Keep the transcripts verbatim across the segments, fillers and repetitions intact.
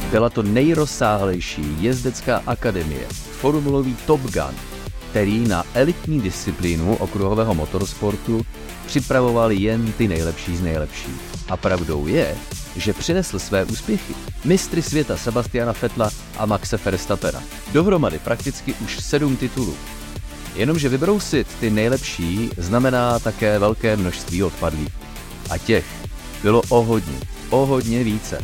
Byla to nejrozsáhlejší jezdecká akademie, formulový Top Gun, který na elitní disciplínu okruhového motorsportu připravoval jen ty nejlepší z nejlepších. A pravdou je, že přinesl své úspěchy mistry světa Sebastiana Vettela a Maxe Verstappena. Dohromady prakticky už sedm titulů. Jenomže vybrousit ty nejlepší znamená také velké množství odpadlých. A těch bylo o hodně, o hodně více.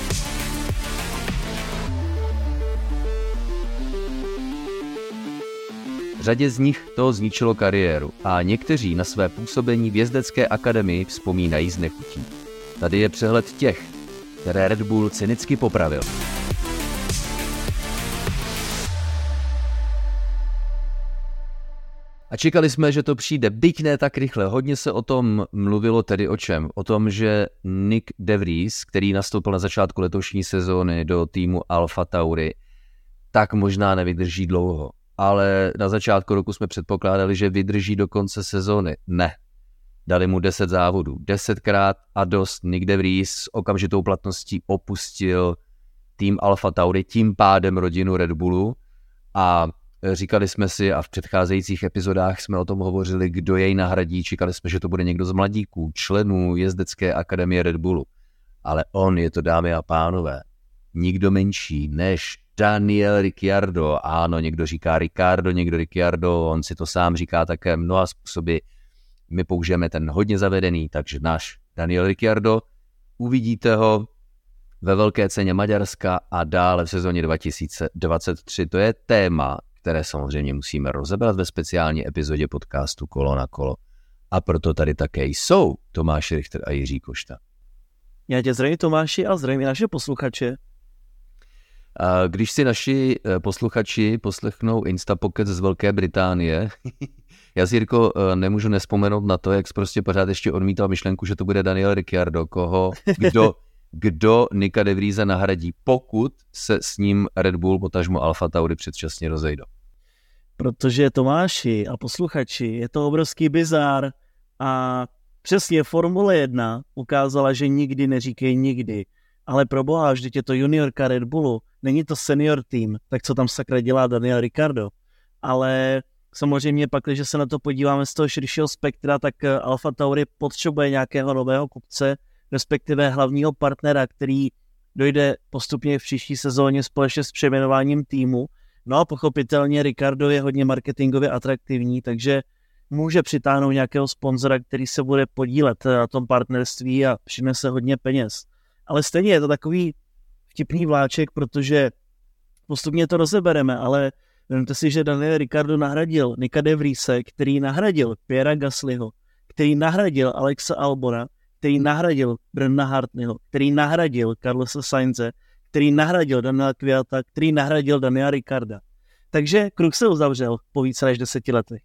Řadě z nich to zničilo kariéru a někteří na své působení v jezdecké akademii vzpomínají s nechutí. Tady je přehled těch, které Red Bull cynicky popravil. A čekali jsme, že to přijde, byť ne tak rychle. Hodně se o tom mluvilo, tedy o čem? O tom, že Nick de Vries, který nastoupil na začátku letošní sezóny do týmu AlphaTauri, tak možná nevydrží dlouho. Ale na začátku roku jsme předpokládali, že vydrží do konce sezóny. Ne. Dali mu deset závodů. Desetkrát a dost. Nick de Vries s okamžitou platností opustil tým AlphaTauri, tím pádem rodinu Red Bullu a říkali jsme si a v předcházejících epizodách jsme o tom hovořili, kdo jej nahradí. Čekali jsme, že to bude někdo z mladíků, členů jezdecké akademie Red Bullu. Ale on je to, dámy a pánové, nikdo menší než Daniel Ricciardo. Ano, někdo říká Ricardo, někdo Ricciardo, on si to sám říká také mnoha způsoby. My použijeme ten hodně zavedený, takže náš Daniel Ricciardo, uvidíte ho ve velké ceně Maďarska a dále v sezóně dva tisíce dvacet tři. To je téma, které samozřejmě musíme rozebrat ve speciální epizodě podcastu Kolo na kolo. A proto tady také jsou Tomáš Richter a Jiří Košta. Já tě zdravím, Tomáši, a zdravím naše posluchače. Když si naši posluchači poslechnou Instapocket z Velké Británie, já si, Jirko, nemůžu nespomenout na to, jak jsi prostě pořád ještě odmítal myšlenku, že to bude Daniel Ricciardo, koho, kdo, kdo Nicka de Vriese nahradí, pokud se s ním Red Bull, potažmo AlphaTauri předčasně rozejdou. Protože, Tomáši a posluchači, je to obrovský bizár a přesně Formule jedna ukázala, že nikdy neříkej nikdy. Ale proboha, vždyť je to juniorka Red Bullu, není to senior tým, tak co tam sakra dělá Daniel Ricciardo. Ale samozřejmě pak, když se na to podíváme z toho širšího spektra, tak AlphaTauri potřebuje nějakého nového kupce, respektive hlavního partnera, který dojde postupně v příští sezóně společně s přejmenováním týmu. No a pochopitelně Ricciardo je hodně marketingově atraktivní, takže může přitáhnout nějakého sponzora, který se bude podílet na tom partnerství a přinese hodně peněz. Ale stejně je to takový vtipný vláček, protože postupně to rozebereme, ale vemte si, že Daniel Ricciardo nahradil Nicka de Vriese, který nahradil Pierra Gaslyho, který nahradil Alexa Albona, který nahradil Brendana Hartleyho, který nahradil Carlosa Sainze, který nahradil Daniela Kvyata, který nahradil Daniela Ricciarda. Takže kruh se uzavřel po více než deseti letech.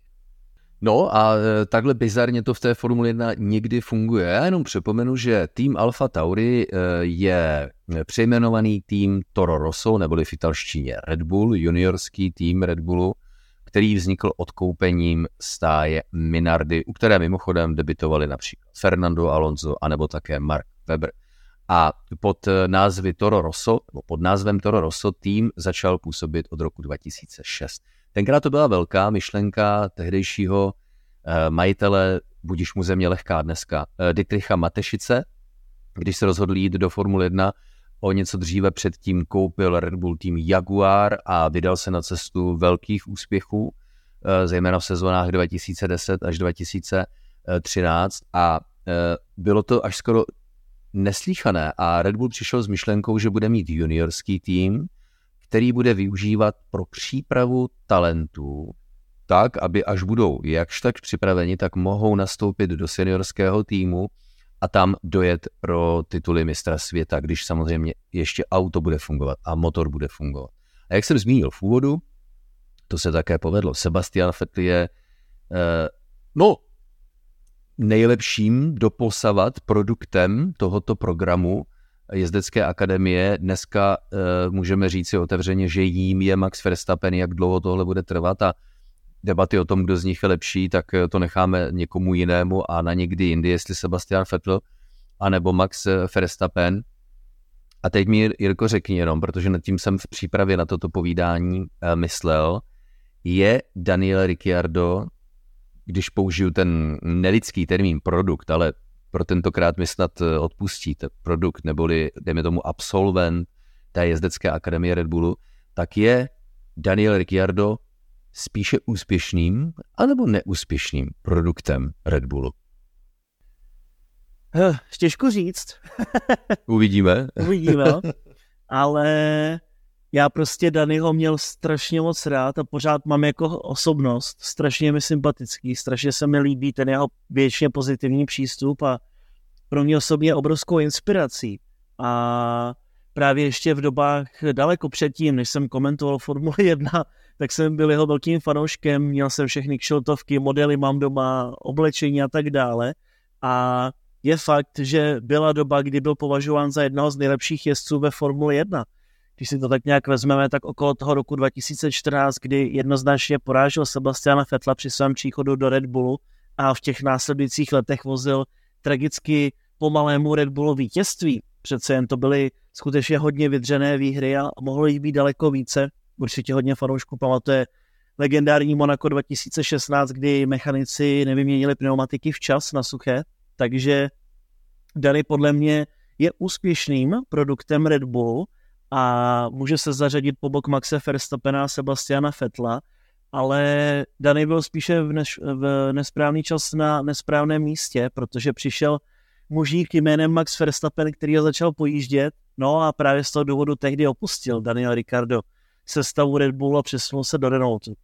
No a takhle bizarně to v té Formule jedna někdy funguje. Já jenom připomenu, že tým AlphaTauri je přejmenovaný tým Toro Rosso, neboli v italštině Red Bull, juniorský tým Red Bullu, který vznikl odkoupením stáje Minardi, u které mimochodem debutovali například Fernando Alonso anebo také Mark Webber. A pod názvy Toro Rosso, nebo pod názvem Toro Rosso tým začal působit od roku dva tisíce šest. Tenkrát to byla velká myšlenka tehdejšího eh, majitele, budiž mu země lehká dneska, eh, Dietricha Matešice, když se rozhodl jít do Formule jedna, o něco dříve předtím koupil Red Bull tým Jaguar a vydal se na cestu velkých úspěchů, eh, zejména v sezónách dva tisíce deset až dva tisíce třináct a eh, bylo to až skoro neslýchané a Red Bull přišel s myšlenkou, že bude mít juniorský tým, který bude využívat pro přípravu talentů tak, aby až budou jakž tak připraveni, tak mohou nastoupit do seniorského týmu a tam dojet pro tituly mistra světa, když samozřejmě ještě auto bude fungovat a motor bude fungovat. A jak jsem zmínil v úvodu, to se také povedlo. Sebastian Vettel je eh, no, nejlepším doposavat produktem tohoto programu jezdecké akademie. Dneska e, můžeme říci otevřeně, že jím je Max Verstappen, jak dlouho tohle bude trvat a debaty o tom, kdo z nich je lepší, tak to necháme někomu jinému a na někdy jindy, jestli Sebastian Vettel anebo Max Verstappen. a teď mi Jirko řekni jenom, protože nad tím jsem v přípravě na toto povídání myslel, je Daniel Ricciardo, když použiju ten nelidský termín produkt, ale pro tentokrát mi snad odpustíte produkt, neboli dejme tomu absolvent té jezdecké akademie Red Bullu, tak je Daniel Ricciardo spíše úspěšným anebo neúspěšným produktem Red Bullu? Těžko říct. Uvidíme. Uvidíme, ale já prostě Daniho měl strašně moc rád a pořád mám jako osobnost. Strašně mi sympatický, strašně se mi líbí ten jeho věčně pozitivní přístup a pro mě osobně obrovskou inspirací. A právě ještě v dobách daleko předtím, než jsem komentoval Formule jedna, tak jsem byl jeho velkým fanouškem, měl jsem všechny kšiltovky, modely mám doma, oblečení a tak dále. A je fakt, že byla doba, kdy byl považován za jednoho z nejlepších jezdců ve Formule jedna. Když si to tak nějak vezmeme, tak okolo toho roku dva tisíce čtrnáct, kdy jednoznačně porážel Sebastiana Vettela při svém příchodu do Red Bullu a v těch následujících letech vozil tragicky pomalému Red Bullu vítězství. Přece jen to byly skutečně hodně vydřené výhry a mohlo jich být daleko více. Určitě hodně fanoušků pamatuje legendární Monaco dva tisíce šestnáct, kdy mechanici nevyměnili pneumatiky včas na suché. Takže Dani podle mě je úspěšným produktem Red Bullu a může se zařadit po bok Maxe Verstappena a Sebastiana Vettela, ale Dani byl spíše v, neš- v nesprávný čas na nesprávném místě, protože přišel mužík jménem Max Verstappen, který ho začal pojíždět, no a právě z toho důvodu tehdy opustil Daniel Ricciardo sestavu Red Bullu a přesunul se do Renaultu.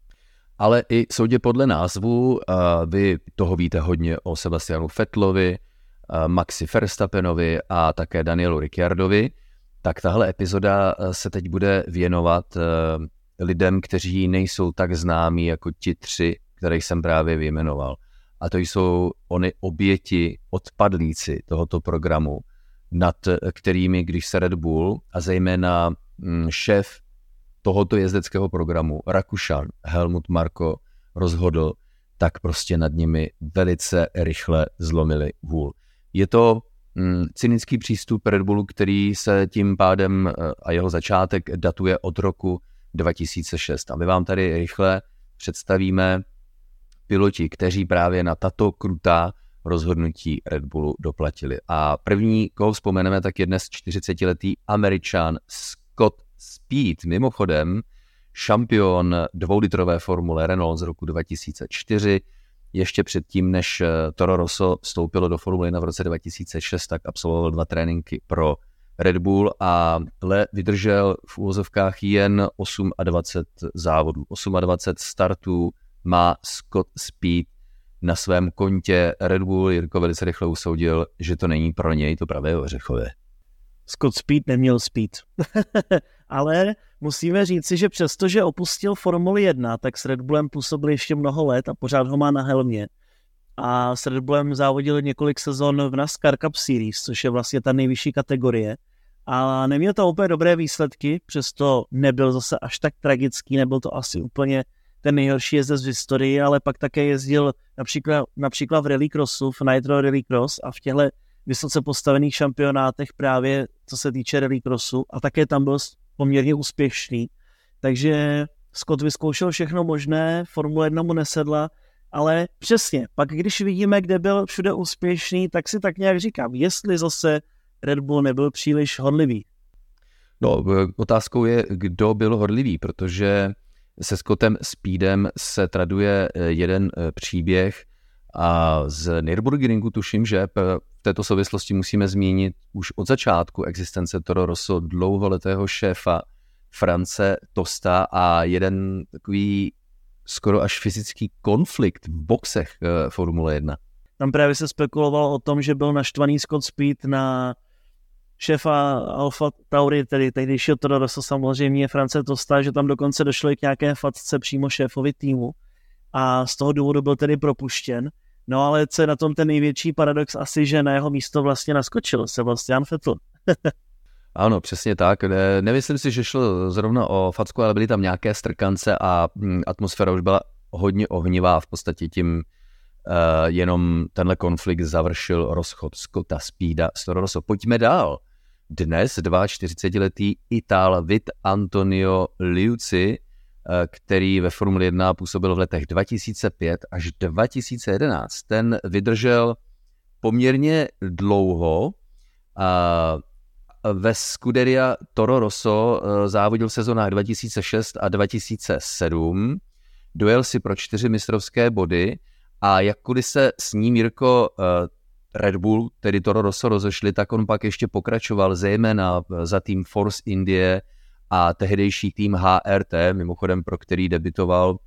Ale i soudě podle názvu, uh, vy toho víte hodně o Sebastianu Vettelovi, uh, Maxi Verstappenovi a také Danielu Ricciardovi, tak tahle epizoda se teď bude věnovat uh, lidem, kteří nejsou tak známí jako ti tři, které jsem právě vyjmenoval. A to jsou oni oběti, odpadlíci tohoto programu, nad kterými, když se Red Bull a zejména mm, šéf tohoto jezdeckého programu, Rakušan Helmut Marko, rozhodl, tak prostě nad nimi velice rychle zlomili hůl. Je to mm, cynický přístup Red Bullu, který se tím pádem a jeho začátek datuje od roku dva tisíce šest. A my vám tady rychle představíme piloti, kteří právě na tato krutá rozhodnutí Red Bullu doplatili. A první, koho vzpomeneme, tak je dnes čtyřicetiletý Američan Scott Speed, mimochodem šampion dvoulitrové formule Renault z roku dva tisíce čtyři. Ještě předtím, než Toro Rosso vstoupilo do Formule jedna v roce dva tisíce šest, tak absolvoval dva tréninky pro Red Bull a le vydržel v úvozovkách jen dvacet osm závodů. dvacet osm startů má Scott Speed na svém kontě. Red Bull Jirko velice rychle usoudil, že to není pro něj to pravé ořechové. Scott Speed neměl speed. Ale musíme říci, že přestože opustil Formuli jedna, tak s Red Bullem působil ještě mnoho let a pořád ho má na helmě. A s Red Bullem závodil několik sezon v NASCAR Cup Series, což je vlastně ta nejvyšší kategorie. A neměl to úplně dobré výsledky, přesto nebyl zase až tak tragický, nebyl to asi úplně ten nejhorší jezdec v historii, ale pak také jezdil například, například v rallycrossu, v Nitro Rallycross a v těchto vysoce postavených šampionátech právě co se týče rallycrossu a také tam byl poměrně úspěšný. Takže Scott vyzkoušel všechno možné, Formule jedna mu nesedla, ale přesně, pak když vidíme, kde byl všude úspěšný, tak si tak nějak říkám, jestli zase Red Bull nebyl příliš horlivý. No, otázkou je, kdo byl horlivý, protože se Scottem Speedem se traduje jeden příběh a z Nürburgringu tuším, že v této souvislosti musíme zmínit už od začátku existence Toro Rosso dlouholetého šéfa France Tosta a jeden takový skoro až fyzický konflikt v boxech Formule jedna. Tam právě se spekulovalo o tom, že byl naštvaný Scott Speed na šéfa Alfa Tauri, tedy tehdejšího Toro Rosso samozřejmě France Tosta, že tam dokonce došlo i k nějaké facce přímo šéfovi týmu a z toho důvodu byl tedy propuštěn. No ale co je na tom ten největší paradox asi, že na jeho místo vlastně naskočil Sebastian Vettel. Ano, přesně tak. Ne, nemyslím si, že šlo zrovna o facku, ale byly tam nějaké strkance a atmosféra už byla hodně ohnivá. V podstatě tím uh, jenom tenhle konflikt završil rozchod Scotta Speeda z Toro Rosso. Pojďme dál. dnes čtyřicetiletý Itál Vit Antonio Liuzzi, který ve Formuli jedna působil v letech dva tisíce pět až dva tisíce jedenáct. Ten vydržel poměrně dlouho a ve Scuderia Toro Rosso závodil v sezónách dva tisíce šest a dva tisíce sedm, dojel si pro čtyři mistrovské body a jakkoliv se s ním Jirko Red Bull, tedy Toro Rosso, rozešli, tak on pak ještě pokračoval zejména za tým Force India a tehdejší tým H R T, mimochodem pro který debitoval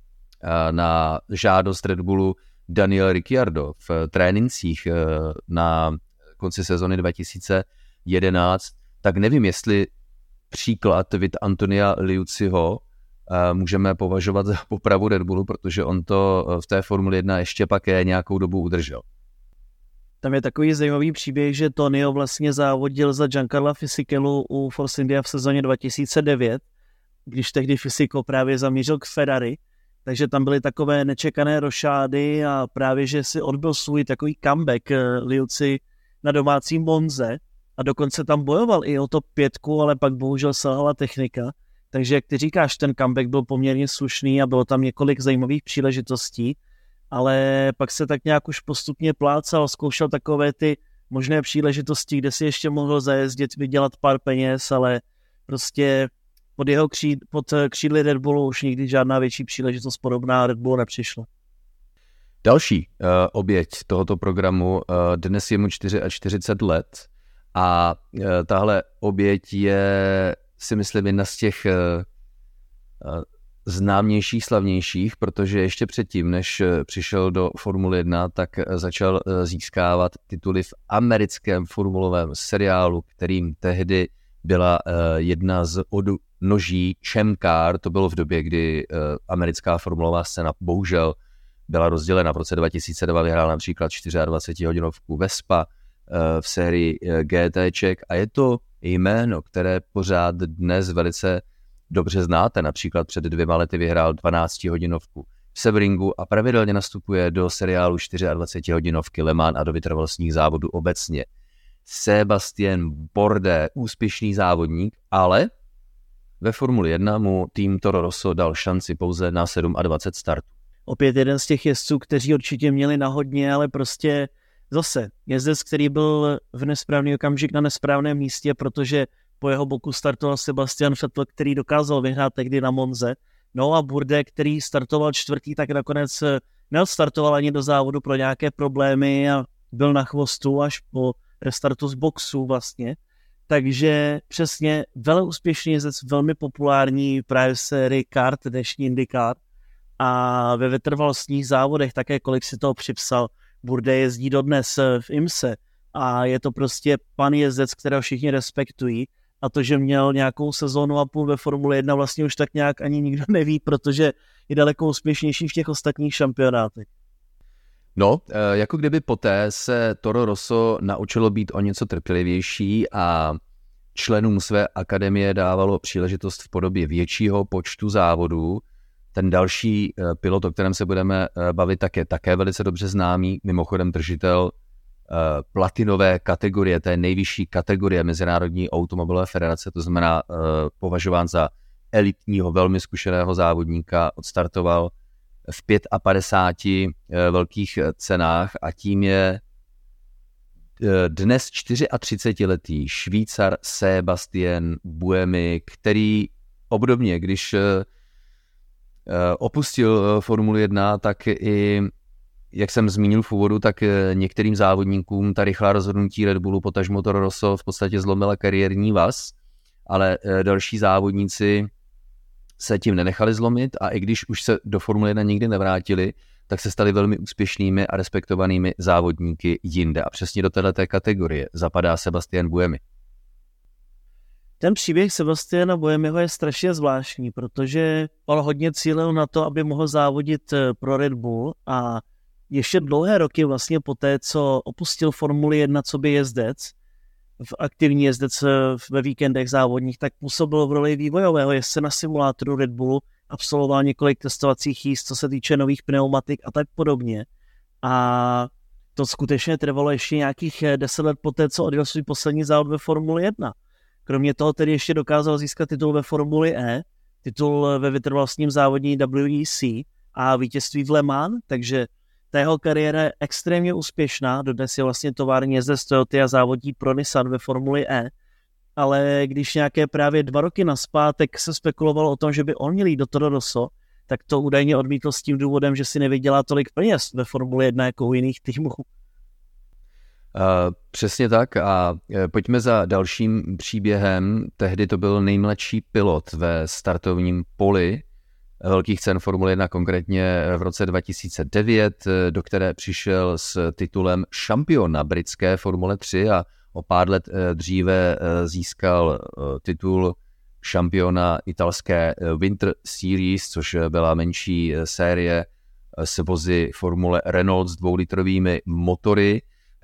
na žádost Red Bullu Daniel Ricciardo v trénincích na konci sezony dva tisíce jedenáct, tak nevím, jestli příklad Vit Antonia Liuzziho můžeme považovat za popravu Red Bullu, protože on to v té Formuli jedna ještě pak je nějakou dobu udržel. Tam je takový zajímavý příběh, že Tonio vlastně závodil za Giancarla Fisichelu u Force India v sezóně dva tisíce devět, když tehdy Fisichel právě zamířil k Ferrari, takže tam byly takové nečekané rošády a právě, že si odbyl svůj takový comeback Liuzzi na domácí Monze a dokonce tam bojoval i o top pětku, ale pak bohužel selhala technika. Takže jak ty říkáš, ten comeback byl poměrně slušný a bylo tam několik zajímavých příležitostí, ale pak se tak nějak už postupně plácal, zkoušel takové ty možné příležitosti, kde si ještě mohl zajezdit, vydělat pár peněz, ale prostě pod jeho kříd, pod křídly Red Bullu už nikdy žádná větší příležitost podobná Red Bullu nepřišla. Další uh, oběť tohoto programu, uh, dnes je mu čtyřicet čtyři let a uh, tahle oběť je, si myslím, jedna z těch uh, uh, známějších, slavnějších, protože ještě předtím, než přišel do Formule jedna, tak začal získávat tituly v americkém formulovém seriálu, kterým tehdy byla jedna z odnoží Champ Car. To bylo v době, kdy americká formulová scéna bohužel byla rozdělena. V roce dva tisíce dva vyhrál například dvacetčtyřhodinovku Vespa v sérii GTček a je to jméno, které pořád dnes velice dobře znáte, například před dvěma lety vyhrál dvanáctihodinovku v Sebringu a pravidelně nastupuje do seriálu dvacetčtyřhodinovky Le Mans a do vytrvalostních závodů obecně. Sébastien Bourdais, úspěšný závodník, ale ve Formuli jedna mu tým Toro Rosso dal šanci pouze na dvacet sedm startů. Opět jeden z těch jezdců, kteří určitě měli na hodně, ale prostě zase jezdec, který byl v nesprávný okamžik na nesprávném místě, protože po jeho boku startoval Sebastian Vettel, který dokázal vyhrát tehdy na Monze. No a Bourdais, který startoval čtvrtý, tak nakonec neodstartoval ani do závodu pro nějaké problémy a byl na chvostu až po restartu z boxu vlastně. Takže přesně veleúspěšný jezdec, velmi populární právě v sérii kart, dnešní IndyCar. A ve vytrvalostních závodech také, kolik si toho připsal, Bourdais jezdí dodnes v I M S E a je to prostě pan jezdec, kterého všichni respektují. A to, že měl nějakou sezónu a půl ve Formule jedna, vlastně už tak nějak ani nikdo neví, protože je daleko úspěšnější v těch ostatních šampionátech. No, jako kdyby poté se Toro Rosso naučilo být o něco trpělivější a členům své akademie dávalo příležitost v podobě většího počtu závodů. Ten další pilot, o kterém se budeme bavit, tak je také velice dobře známý, mimochodem držitel platinové kategorie, té nejvyšší kategorie Mezinárodní automobilové federace, to znamená považován za elitního, velmi zkušeného závodníka, odstartoval v padesát pěti velkých cenách a tím je dnes třicetičtyřletý Švýcar Sébastien Buemi, který obdobně, když opustil Formuli jedna, tak i, jak jsem zmínil v úvodu, tak některým závodníkům ta rychlá rozhodnutí Red Bullu, potažmo Toro Rosso, v podstatě zlomila kariérní vaz, ale další závodníci se tím nenechali zlomit a i když už se do Formule jedna nikdy nevrátili, tak se stali velmi úspěšnými a respektovanými závodníky jinde. A přesně do této kategorie zapadá Sébastien Buemi. Ten příběh Sebastiana Buemiho je strašně zvláštní, protože on hodně cílil na to, aby mohl závodit pro Red Bull a ještě dlouhé roky vlastně poté, co opustil Formuli jedna coby jezdec, v aktivní jezdec ve víkendech závodních, tak působil v roli vývojového jezdce na simulátoru Red Bullu, absolvoval několik testovacích jízd, co se týče nových pneumatik a tak podobně. A to skutečně trvalo ještě nějakých deset let poté, co odjel svůj poslední závod ve Formuli jedna. Kromě toho tedy ještě dokázal získat titul ve Formuli E, titul ve vytrvalostním závodní W E C a vítězství v Le Mans, takže ta jeho kariéra je extrémně úspěšná, dodnes je vlastně tovární jezdec Toyoty a závodí pro Nissan ve Formuli E, ale když nějaké právě dva roky nazpátek se spekulovalo o tom, že by on měl jít do Toro Rosso, tak to údajně odmítl s tím důvodem, že si nevydělá tolik peněz ve Formuli jedna jako u jiných týmů. Uh, přesně tak a uh, pojďme za dalším příběhem. Tehdy to byl nejmladší pilot ve startovním poli velkých cen Formule jedna, konkrétně v roce dva tisíce devět, do které přišel s titulem šampiona britské Formule tři a o pár let dříve získal titul šampiona italské Winter Series, což byla menší série s vozy Formule Renault s dvoulitrovými motory.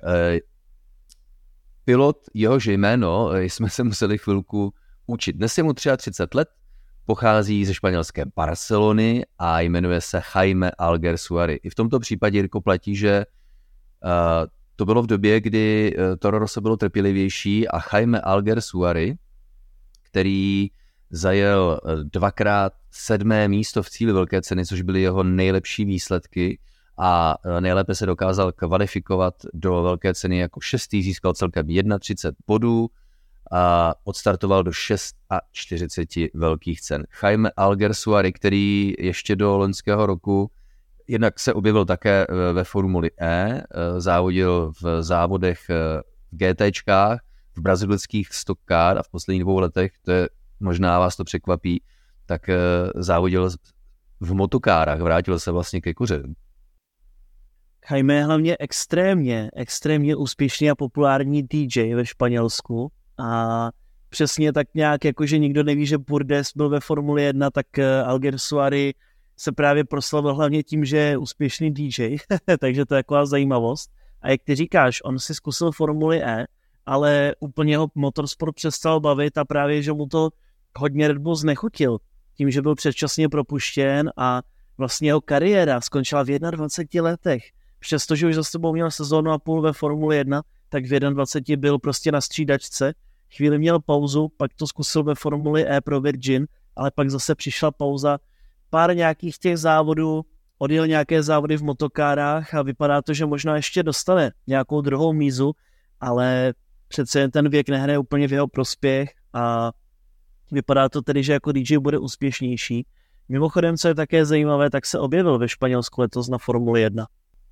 Pilot, jehož jméno jsme se museli chvilku učit. Dnes je mu třicet tři let, pochází ze španělské Barcelony a jmenuje se Jaime Alguersuari. I v tomto případě, Jirko, platí, že uh, to bylo v době, kdy uh, Toro Rosso bylo trpělivější a Jaime Alguersuari, který zajel dvakrát sedmé místo v cíli velké ceny, což byly jeho nejlepší výsledky a uh, nejlépe se dokázal kvalifikovat do velké ceny jako šestý, získal celkem třicet jedna bodů a odstartoval do čtyřicet šest velkých cen. Jaime Alguersuari, který ještě do loňského roku jednak se objevil také ve Formuli E, závodil v závodech v GTčkách, v brazilských stock car a v posledních dvou letech, to je, možná vás to překvapí, tak závodil v motokárách, vrátil se vlastně ke kořenům. Jaime je hlavně extrémně, extrémně úspěšný a populární D J ve Španělsku. A přesně tak nějak, jakože nikdo neví, že Burdes byl ve Formuli jedna, tak Alguersuari se právě proslavil hlavně tím, že je úspěšný D J, takže to je taková zajímavost. A jak ty říkáš, on si zkusil Formuli E, ale úplně ho motorsport přestal bavit a právě, že mu to hodně Red Bull znechutil. Tím, že byl předčasně propuštěn a vlastně jeho kariéra skončila v dvaceti jedné letech. Přestože už za sebou měl sezónu a půl ve Formuli jedna, tak v dvaceti jedné byl prostě na střídačce, chvíli měl pauzu, pak to zkusil ve Formuli E pro Virgin, ale pak zase přišla pauza, pár nějakých těch závodů, odjel nějaké závody v motokárách a vypadá to, že možná ještě dostane nějakou druhou mízu, ale přece jen ten věk nehraje úplně v jeho prospěch a vypadá to tedy, že jako D J bude úspěšnější. Mimochodem, co je také zajímavé, tak se objevil ve Španělsku letos na Formuli jedna.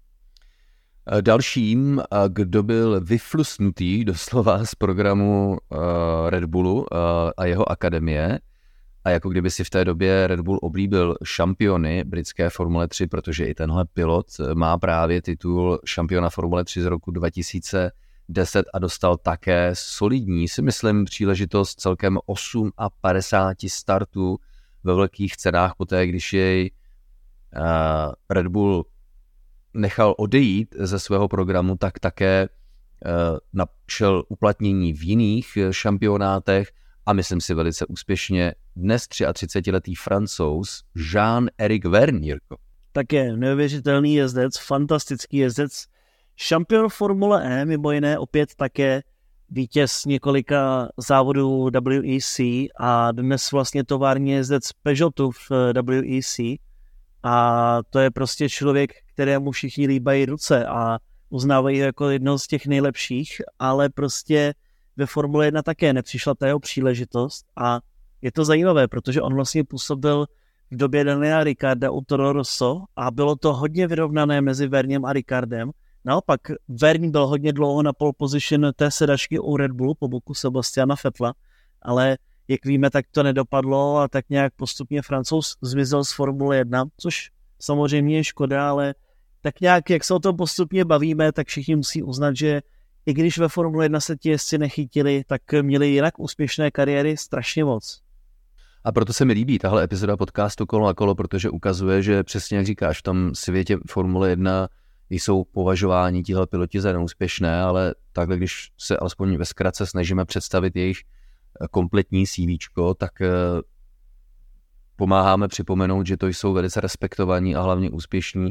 Dalším, kdo byl vyflusnutý doslova z programu Red Bullu a jeho akademie, a jako kdyby si v té době Red Bull oblíbil šampiony britské Formule tři, protože i tenhle pilot má právě titul šampiona Formule tři z roku dva tisíce deset a dostal také solidní, si myslím, příležitost celkem padesát osm startů ve velkých cenách poté, když jej Red Bull nechal odejít ze svého programu, tak také uh, našel uplatnění v jiných šampionátech a myslím si velice úspěšně dnes třiatřicetiletý Francouz Jean-Éric Vergne, Jirko. Také neuvěřitelný jezdec, fantastický jezdec, šampion Formule E, mimo jiné opět také vítěz několika závodů W E C a dnes vlastně tovární jezdec Peugeotu v W E C. A to je prostě člověk, kterému všichni líbají ruce a uznávají ho jako jednoho z těch nejlepších, ale prostě ve Formule jedna také nepřišla ta jeho příležitost a je to zajímavé, protože on vlastně působil v době Daniela Ricciarda u Toro Rosso a bylo to hodně vyrovnané mezi Vergnem a Riccardem. Naopak Vergne byl hodně dlouho na pole position té sedačky u Red Bullu po boku Sebastiana Vettela, ale jak víme, tak to nedopadlo a tak nějak postupně Francouz zmizel z Formule jedna, což samozřejmě je škoda, ale tak nějak, jak se o tom postupně bavíme, tak všichni musí uznat, že i když ve Formule jedna se ti jezdci nechytili, tak měli jinak úspěšné kariéry strašně moc. A proto se mi líbí tahle epizoda podcastu Kolo na kolo, protože ukazuje, že přesně jak říkáš, v tom světě Formule jedna jsou považováni tihle piloti za neúspěšné, ale takhle, když se alespoň ve zkratce snažíme představit jejich kompletní CVčko, tak pomáháme připomenout, že to jsou velice respektovaní a hlavně úspěšní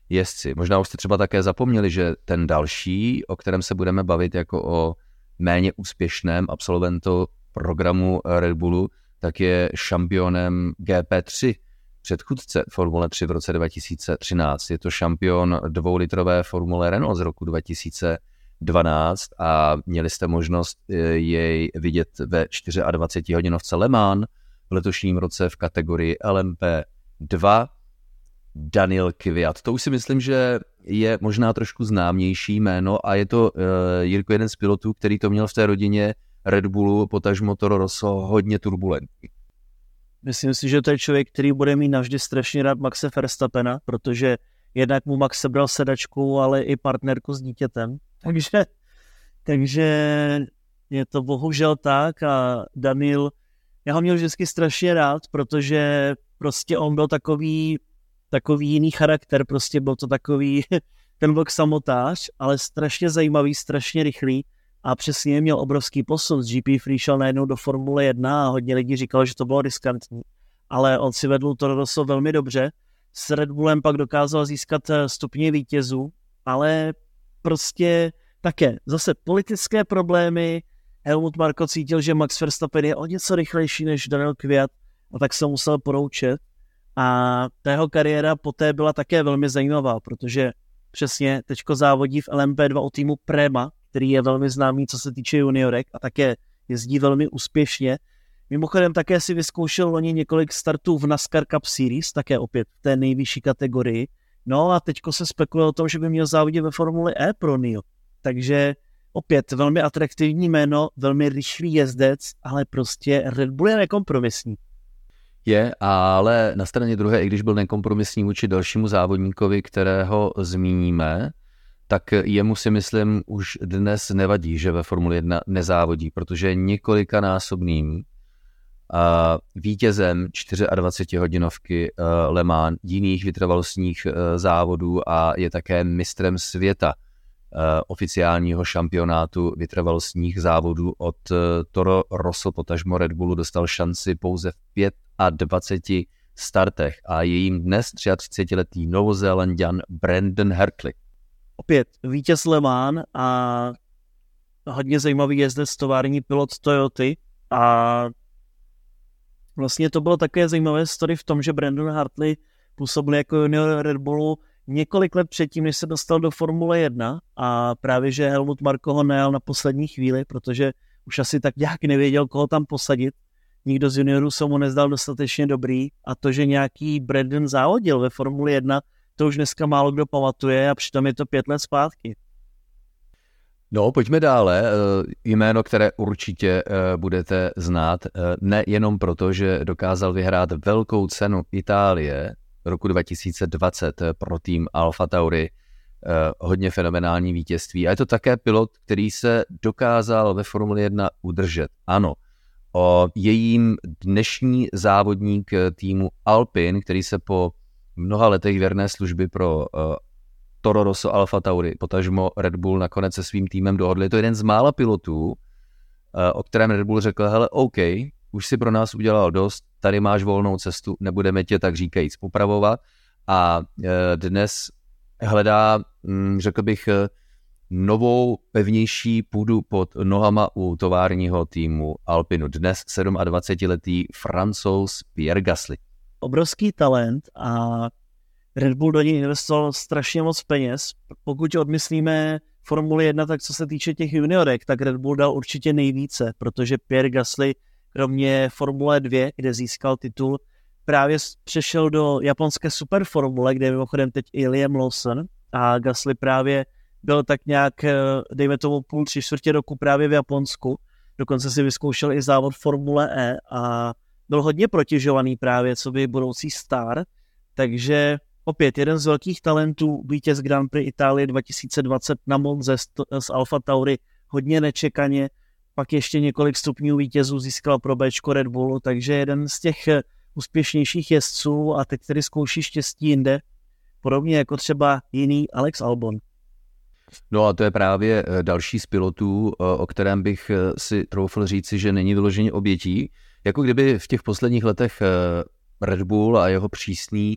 jezdci. Možná už jste třeba také zapomněli, že ten další, o kterém se budeme bavit jako o méně úspěšném absolventu programu Red Bullu, tak je šampionem G P tři, předchůdce Formule tři v roce dva tisíce třináct. Je to šampion dvoulitrové Formule Renault z roku dva tisíce dvanáct a měli jste možnost jej vidět ve dvacetičtyřhodinovce Le Mans v letošním roce v kategorii L M P dva. Daniil Kvyat. To už si myslím, že je možná trošku známější jméno a je to, uh, Jirko, jeden z pilotů, který to měl v té rodině Red Bullu, potažmo Toro Rosso, hodně turbulentní. Myslím si, že to je člověk, který bude mít navždy strašně rád Maxe Verstappena, protože jednak mu Max sebral sedačku, ale i partnerku s dítětem. Takže, takže je to bohužel tak a Daniil, já ho měl vždycky strašně rád, protože prostě on byl takový takový jiný charakter, prostě byl to takový, ten byl samotář, ale strašně zajímavý, strašně rychlý a přesně měl obrovský posun. Z G P tři šel najednou do Formule jedna a hodně lidí říkalo, že to bylo riskantní, ale on si vedl Toro Rosso velmi dobře. S Red Bullem pak dokázal získat stupně vítězů, ale prostě také zase politické problémy. Helmut Marko cítil, že Max Verstappen je o něco rychlejší než Daniil Kvyat a tak se musel poroučet. A ta jeho kariéra poté byla také velmi zajímavá, protože přesně teďko závodí v L M P dva u týmu Prema, který je velmi známý, co se týče juniorek a také jezdí velmi úspěšně. Mimochodem také si vyzkoušel loni několik startů v NASCAR Cup Series, také opět v té nejvyšší kategorii. No a teďko se spekuluje o tom, že by měl závodit ve Formuli E pro N I O. Takže opět velmi atraktivní jméno, velmi rychlý jezdec, ale prostě Red Bull je nekompromisní. Je, ale na straně druhé, i když byl nekompromisní vůči dalšímu závodníkovi, kterého zmíníme, tak jemu si myslím už dnes nevadí, že ve Formuli jedna nezávodí, protože je několikanásobným uh, vítězem dvacetičtyřhodinovky uh, Le Mans, jiných vytrvalostních uh, závodů a je také mistrem světa uh, oficiálního šampionátu vytrvalostních závodů od uh, Toro Rosso, potažmo Red Bullu dostal šanci pouze v pět a dvaceti startech a je jim dnes třiatřicetiletý Novozélanďan Brandon Hartley. Opět vítěz Le Mans a hodně zajímavý jezdec, tovární pilot Toyoty a vlastně to bylo také zajímavé story v tom, že Brandon Hartley působil jako junior Red Bullu několik let předtím, než se dostal do Formule jedna a právě, že Helmut Marko ho najal na poslední chvíli, protože už asi tak nějak nevěděl, koho tam posadit. Nikdo z juniorů se mu nezdal dostatečně dobrý a to, že nějaký Brandon závodil ve Formuli jedna, to už dneska málo kdo pamatuje a přitom je to pět let zpátky. No, pojďme dále. Jméno, které určitě budete znát, nejenom proto, že dokázal vyhrát velkou cenu Itálie roku dva tisíce dvacet pro tým Alfa Tauri, hodně fenomenální vítězství. A je to také pilot, který se dokázal ve Formuli jedna udržet. Ano, o jejím dnešní závodník týmu Alpine, který se po mnoha letech věrné služby pro uh, Toro Rosso, Alfa Tauri, potažmo Red Bull nakonec se svým týmem dohodli. Je to jeden z mála pilotů, uh, o kterém Red Bull řekl, hele, OK, už si pro nás udělal dost, tady máš volnou cestu, nebudeme tě tak říkajíc popravovat. A uh, dnes hledá, um, řekl bych, uh, novou, pevnější půdu pod nohama u továrního týmu Alpinu. Dnes dvacetisedmiletý Francouz Pierre Gasly. Obrovský talent a Red Bull do něj investoval strašně moc peněz. Pokud odmyslíme Formuli jedna, tak co se týče těch juniorek, tak Red Bull dal určitě nejvíce, protože Pierre Gasly, kromě Formule dva, kde získal titul, právě přešel do japonské superformule, kde je mimochodem teď i Liam Lawson a Gasly právě byl tak nějak, dejme tomu půl, tři čtvrtě roku právě v Japonsku. Dokonce si vyzkoušel i závod Formule E a byl hodně protěžovaný právě, co by budoucí star. Takže opět jeden z velkých talentů, vítěz Grand Prix Itálie dva tisíce dvacet na Monze z Alfa Tauri, hodně nečekaně. Pak ještě několik stupňů vítězů získal pro Bčko Red Bullu, takže jeden z těch úspěšnějších jezdců a teď tedy zkouší štěstí jinde. Podobně jako třeba jiný Alex Albon. No a to je právě další z pilotů, o kterém bych si troufl říci, že není vyloženě obětí. Jako kdyby v těch posledních letech Red Bull a jeho přísný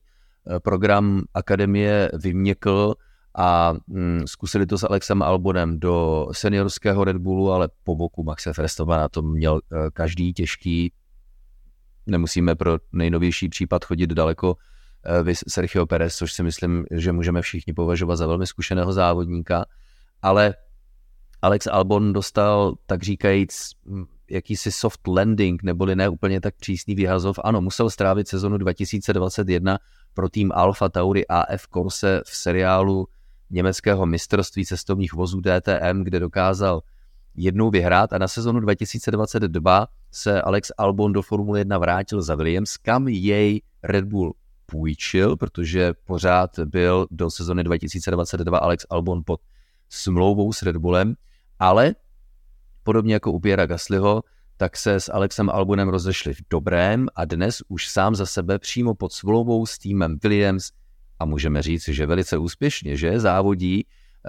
program akademie vyměkl a mm, zkusili to s Alexem Albonem do seniorského Red Bullu, ale po boku Maxe Verstappena to měl každý těžký. Nemusíme pro nejnovější případ chodit daleko, vys Sergio Perez, což si myslím, že můžeme všichni považovat za velmi zkušeného závodníka, ale Alex Albon dostal, tak říkajíc, jakýsi soft landing, neboli ne úplně tak přísný vyhazov. Ano, musel strávit sezonu dva tisíce dvacet jedna pro tým Alfa Tauri A F Corse v seriálu německého mistrovství cestovních vozů D T M, kde dokázal jednou vyhrát a na sezonu dva tisíce dvacet dva se Alex Albon do Formule jedna vrátil za Williams, kam jej Red Bull půjčil, protože pořád byl do sezony dva tisíce dvacet dva Alex Albon pod smlouvou s Red Bullem, ale podobně jako u Pierra Gaslyho, tak se s Alexem Albonem rozešli v dobrém a dnes už sám za sebe přímo pod smlouvou s týmem Williams a můžeme říct, že velice úspěšně, že závodí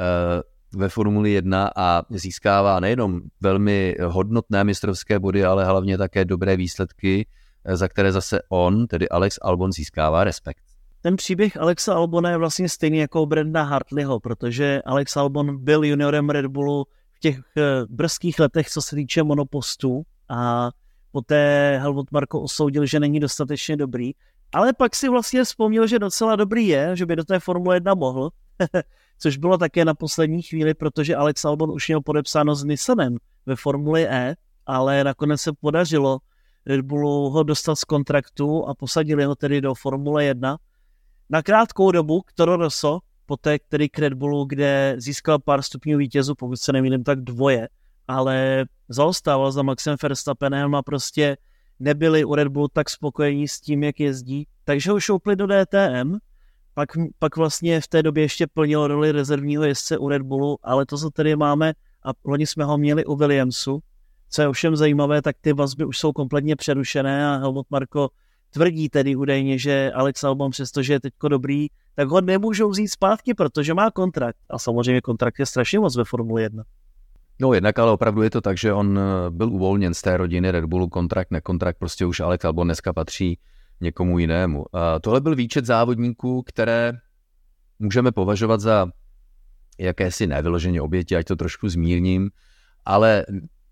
uh, ve Formuli jedna a získává nejenom velmi hodnotné mistrovské body, ale hlavně také dobré výsledky, za které zase on, tedy Alex Albon, získává respekt. Ten příběh Alexa Albona je vlastně stejný jako u Brendana Hartleyho, protože Alex Albon byl juniorem Red Bullu v těch brzkých letech, co se týče monopostů, a poté Helmut Marko usoudil, že není dostatečně dobrý, ale pak si vlastně vzpomněl, že docela dobrý je, že by do té Formule jedna mohl, což bylo také na poslední chvíli, protože Alex Albon už měl podepsáno s Nissanem ve Formuli E, ale nakonec se podařilo Red Bullu ho dostat z kontraktu a posadili ho tedy do Formule jedna. Na krátkou dobu k Toro Rosso, poté který k Red Bullu, kde získal pár stupňů vítězů, pokud se nemýlím, tak dvoje, ale zaostával za Maxem Verstappenem a prostě nebyli u Red Bullu tak spokojení s tím, jak jezdí, takže ho šoupli do D T M, pak, pak vlastně v té době ještě plnil roli rezervního jezdce u Red Bullu, ale to, co tady máme, a loni jsme ho měli u Williamsu, co je ovšem zajímavé, tak ty vazby už jsou kompletně přerušené a Helmut Marko tvrdí tedy údajně, že Alex Albon, přestože je teďko dobrý, tak ho nemůžou vzít zpátky, protože má kontrakt. A samozřejmě kontrakt je strašně moc ve Formule jedna. No jednak, ale opravdu je to tak, že on byl uvolněn z té rodiny Red Bullu, kontrakt, nekontrakt, prostě už Alex Albon dneska patří někomu jinému. A tohle byl výčet závodníků, které můžeme považovat za jakési nevyloženě oběti, ať to trošku zmírním, ale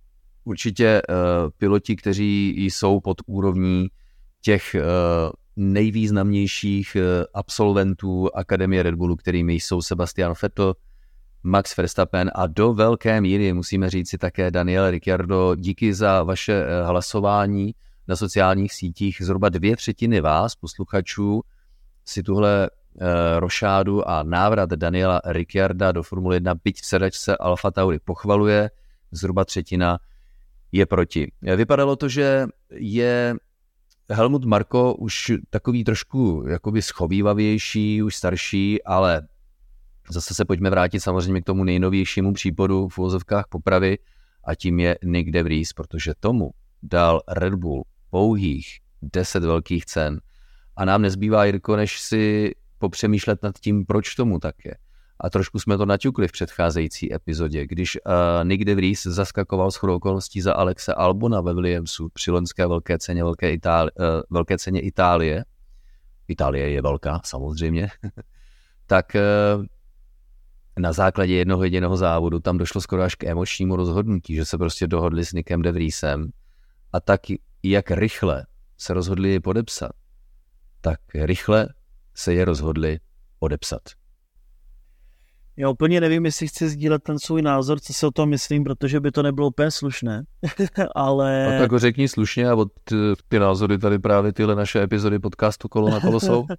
určitě uh, piloti, kteří jsou pod úrovní těch uh, nejvýznamnějších uh, absolventů Akademie Red Bullu, kterými jsou Sebastian Vettel, Max Verstappen a do velké míry musíme říct si také Daniel Ricciardo. Díky za vaše uh, hlasování na sociálních sítích. Zhruba dvě třetiny vás, posluchačů, si tuhle uh, rošádu a návrat Daniela Ricciarda do Formule jedna, byť v sedačce Alfa Tauri, pochvaluje. Zhruba třetina je proti. Vypadalo to, že je Helmut Marko už takový trošku jakoby schovývavější, už starší, ale zase se pojďme vrátit samozřejmě k tomu nejnovějšímu případu v uvozovkách popravy a tím je Nick de Vries, protože tomu dal Red Bull pouhých deset velkých cen a nám nezbývá, Jirko, než si popřemýšlet nad tím, proč tomu tak je. A trošku jsme to naťukli v předcházející epizodě, když uh, Nick de Vries zaskakoval shodou okolností za Alexe Albona ve Williamsu při loňské velké ceně, velké, Itáli- uh, velké ceně Itálie. Itálie je velká, samozřejmě. tak uh, na základě jednoho jediného závodu tam došlo skoro až k emočnímu rozhodnutí, že se prostě dohodli s Nickem de Vriesem a tak, jak rychle se rozhodli je podepsat, tak rychle se je rozhodli odepsat. Já úplně nevím, jestli chci sdílet ten svůj názor, co si o tom myslím, protože by to nebylo úplně slušné, ale... A tak ho řekni slušně a od ty, ty názory tady právě tyhle naše epizody podcastu Kolo na kolo jsou.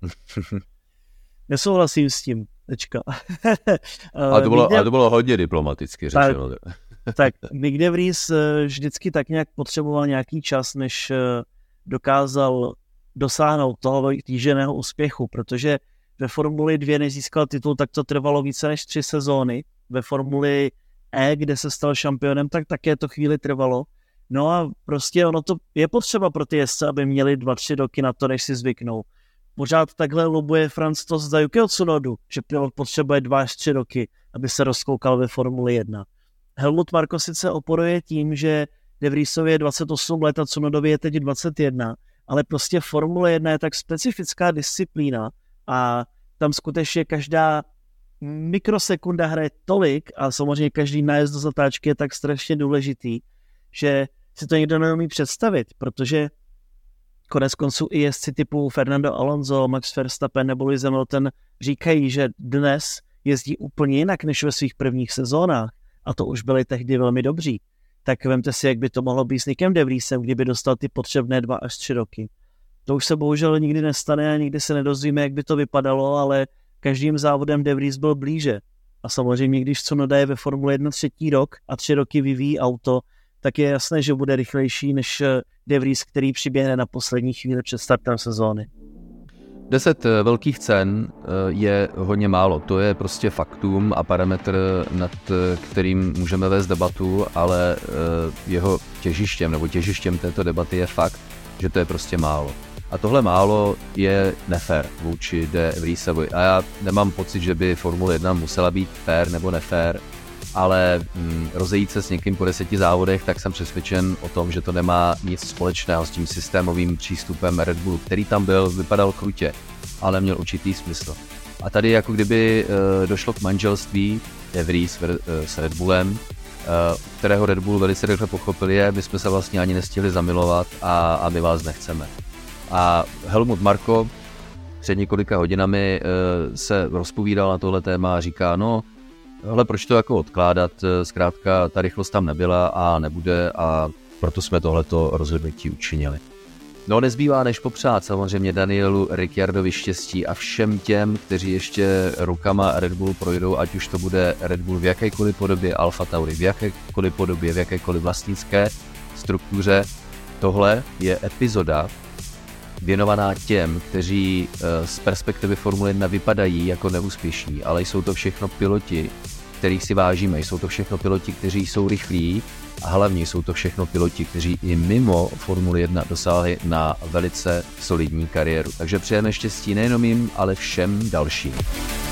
Nesouhlasím s tím, tečka. a, to bylo, a to bylo hodně diplomaticky řečeno. Tak, tak Nick de Vries vždycky tak nějak potřeboval nějaký čas, než dokázal dosáhnout toho týženého úspěchu, protože ve Formuli dva nezískal titul, tak to trvalo více než tři sezóny. Ve Formuli E, kde se stal šampionem, tak také to chvíli trvalo. No a prostě ono to je potřeba pro ty jezdce, aby měli dva, tři roky na to, než si zvyknou. Pořád takhle lobuje Franz Tost za Yukio Tsunodu, že potřebuje dva až tři roky, aby se rozkoukal ve Formuli jedna. Helmut Marko sice oporuje tím, že De Vriesovi je dvacet osm let a Tsunodovi je teď dvacet jedna, ale prostě Formule jedna je tak specifická disciplína a tam skutečně každá mikrosekunda hraje tolik a samozřejmě každý nájezd do zatáčky je tak strašně důležitý, že si to nikdo neumí představit, protože konec konců i jezdci typu Fernando Alonso, Max Verstappen nebo Lewis Hamilton říkají, že dnes jezdí úplně jinak než ve svých prvních sezónách a to už byli tehdy velmi dobří. Tak vemte si, jak by to mohlo být s Nickem de Vriesem, kdyby dostal ty potřebné dva až tři roky. To už se bohužel nikdy nestane a nikdy se nedozvíme, jak by to vypadalo, ale každým závodem de Vries byl blíže. A samozřejmě, když Tsunoda je ve Formule jedna třetí rok a tři roky vyvíjí auto, tak je jasné, že bude rychlejší než de Vries, který přiběhne na poslední chvíli před startem sezóny. Deset velkých cen je hodně málo, to je prostě faktum a parametr, nad kterým můžeme vést debatu, ale jeho těžištěm nebo těžištěm této debaty je fakt, že to je prostě málo. A tohle málo je nefér vůči de Vriesovi. A já nemám pocit, že by Formule jedna musela být fér nebo nefér, ale hm, rozejít se s někým po deseti závodech, tak jsem přesvědčen o tom, že to nemá nic společného s tím systémovým přístupem Red Bullu, který tam byl, vypadal krutě, ale měl určitý smysl. A tady jako kdyby e, došlo k manželství de Vries e, s Red Bullem, e, kterého Red Bull velice rychle pochopil je, my jsme se vlastně ani nestihli zamilovat a, a my vás nechceme. A Helmut Marko před několika hodinami e, se rozpovídal na tohle téma a říká, no, ale proč to jako odkládat, zkrátka ta rychlost tam nebyla a nebude a proto jsme tohleto rozhodnutí učinili. No nezbývá než popřát samozřejmě Danielu Ricciardovi štěstí a všem těm, kteří ještě rukama Red Bull projdou, ať už to bude Red Bull v jakékoliv podobě, Alfa Tauri v jakékoliv podobě, v jakékoliv vlastnické struktuře. Tohle je epizoda věnovaná těm, kteří z perspektivy Formule jedna vypadají jako neúspěšní, ale jsou to všechno piloti, kterých si vážíme. Jsou to všechno piloti, kteří jsou rychlí a hlavně jsou to všechno piloti, kteří i mimo Formule jedna dosáhli na velice solidní kariéru. Takže přejeme štěstí nejenom jim, ale všem dalším.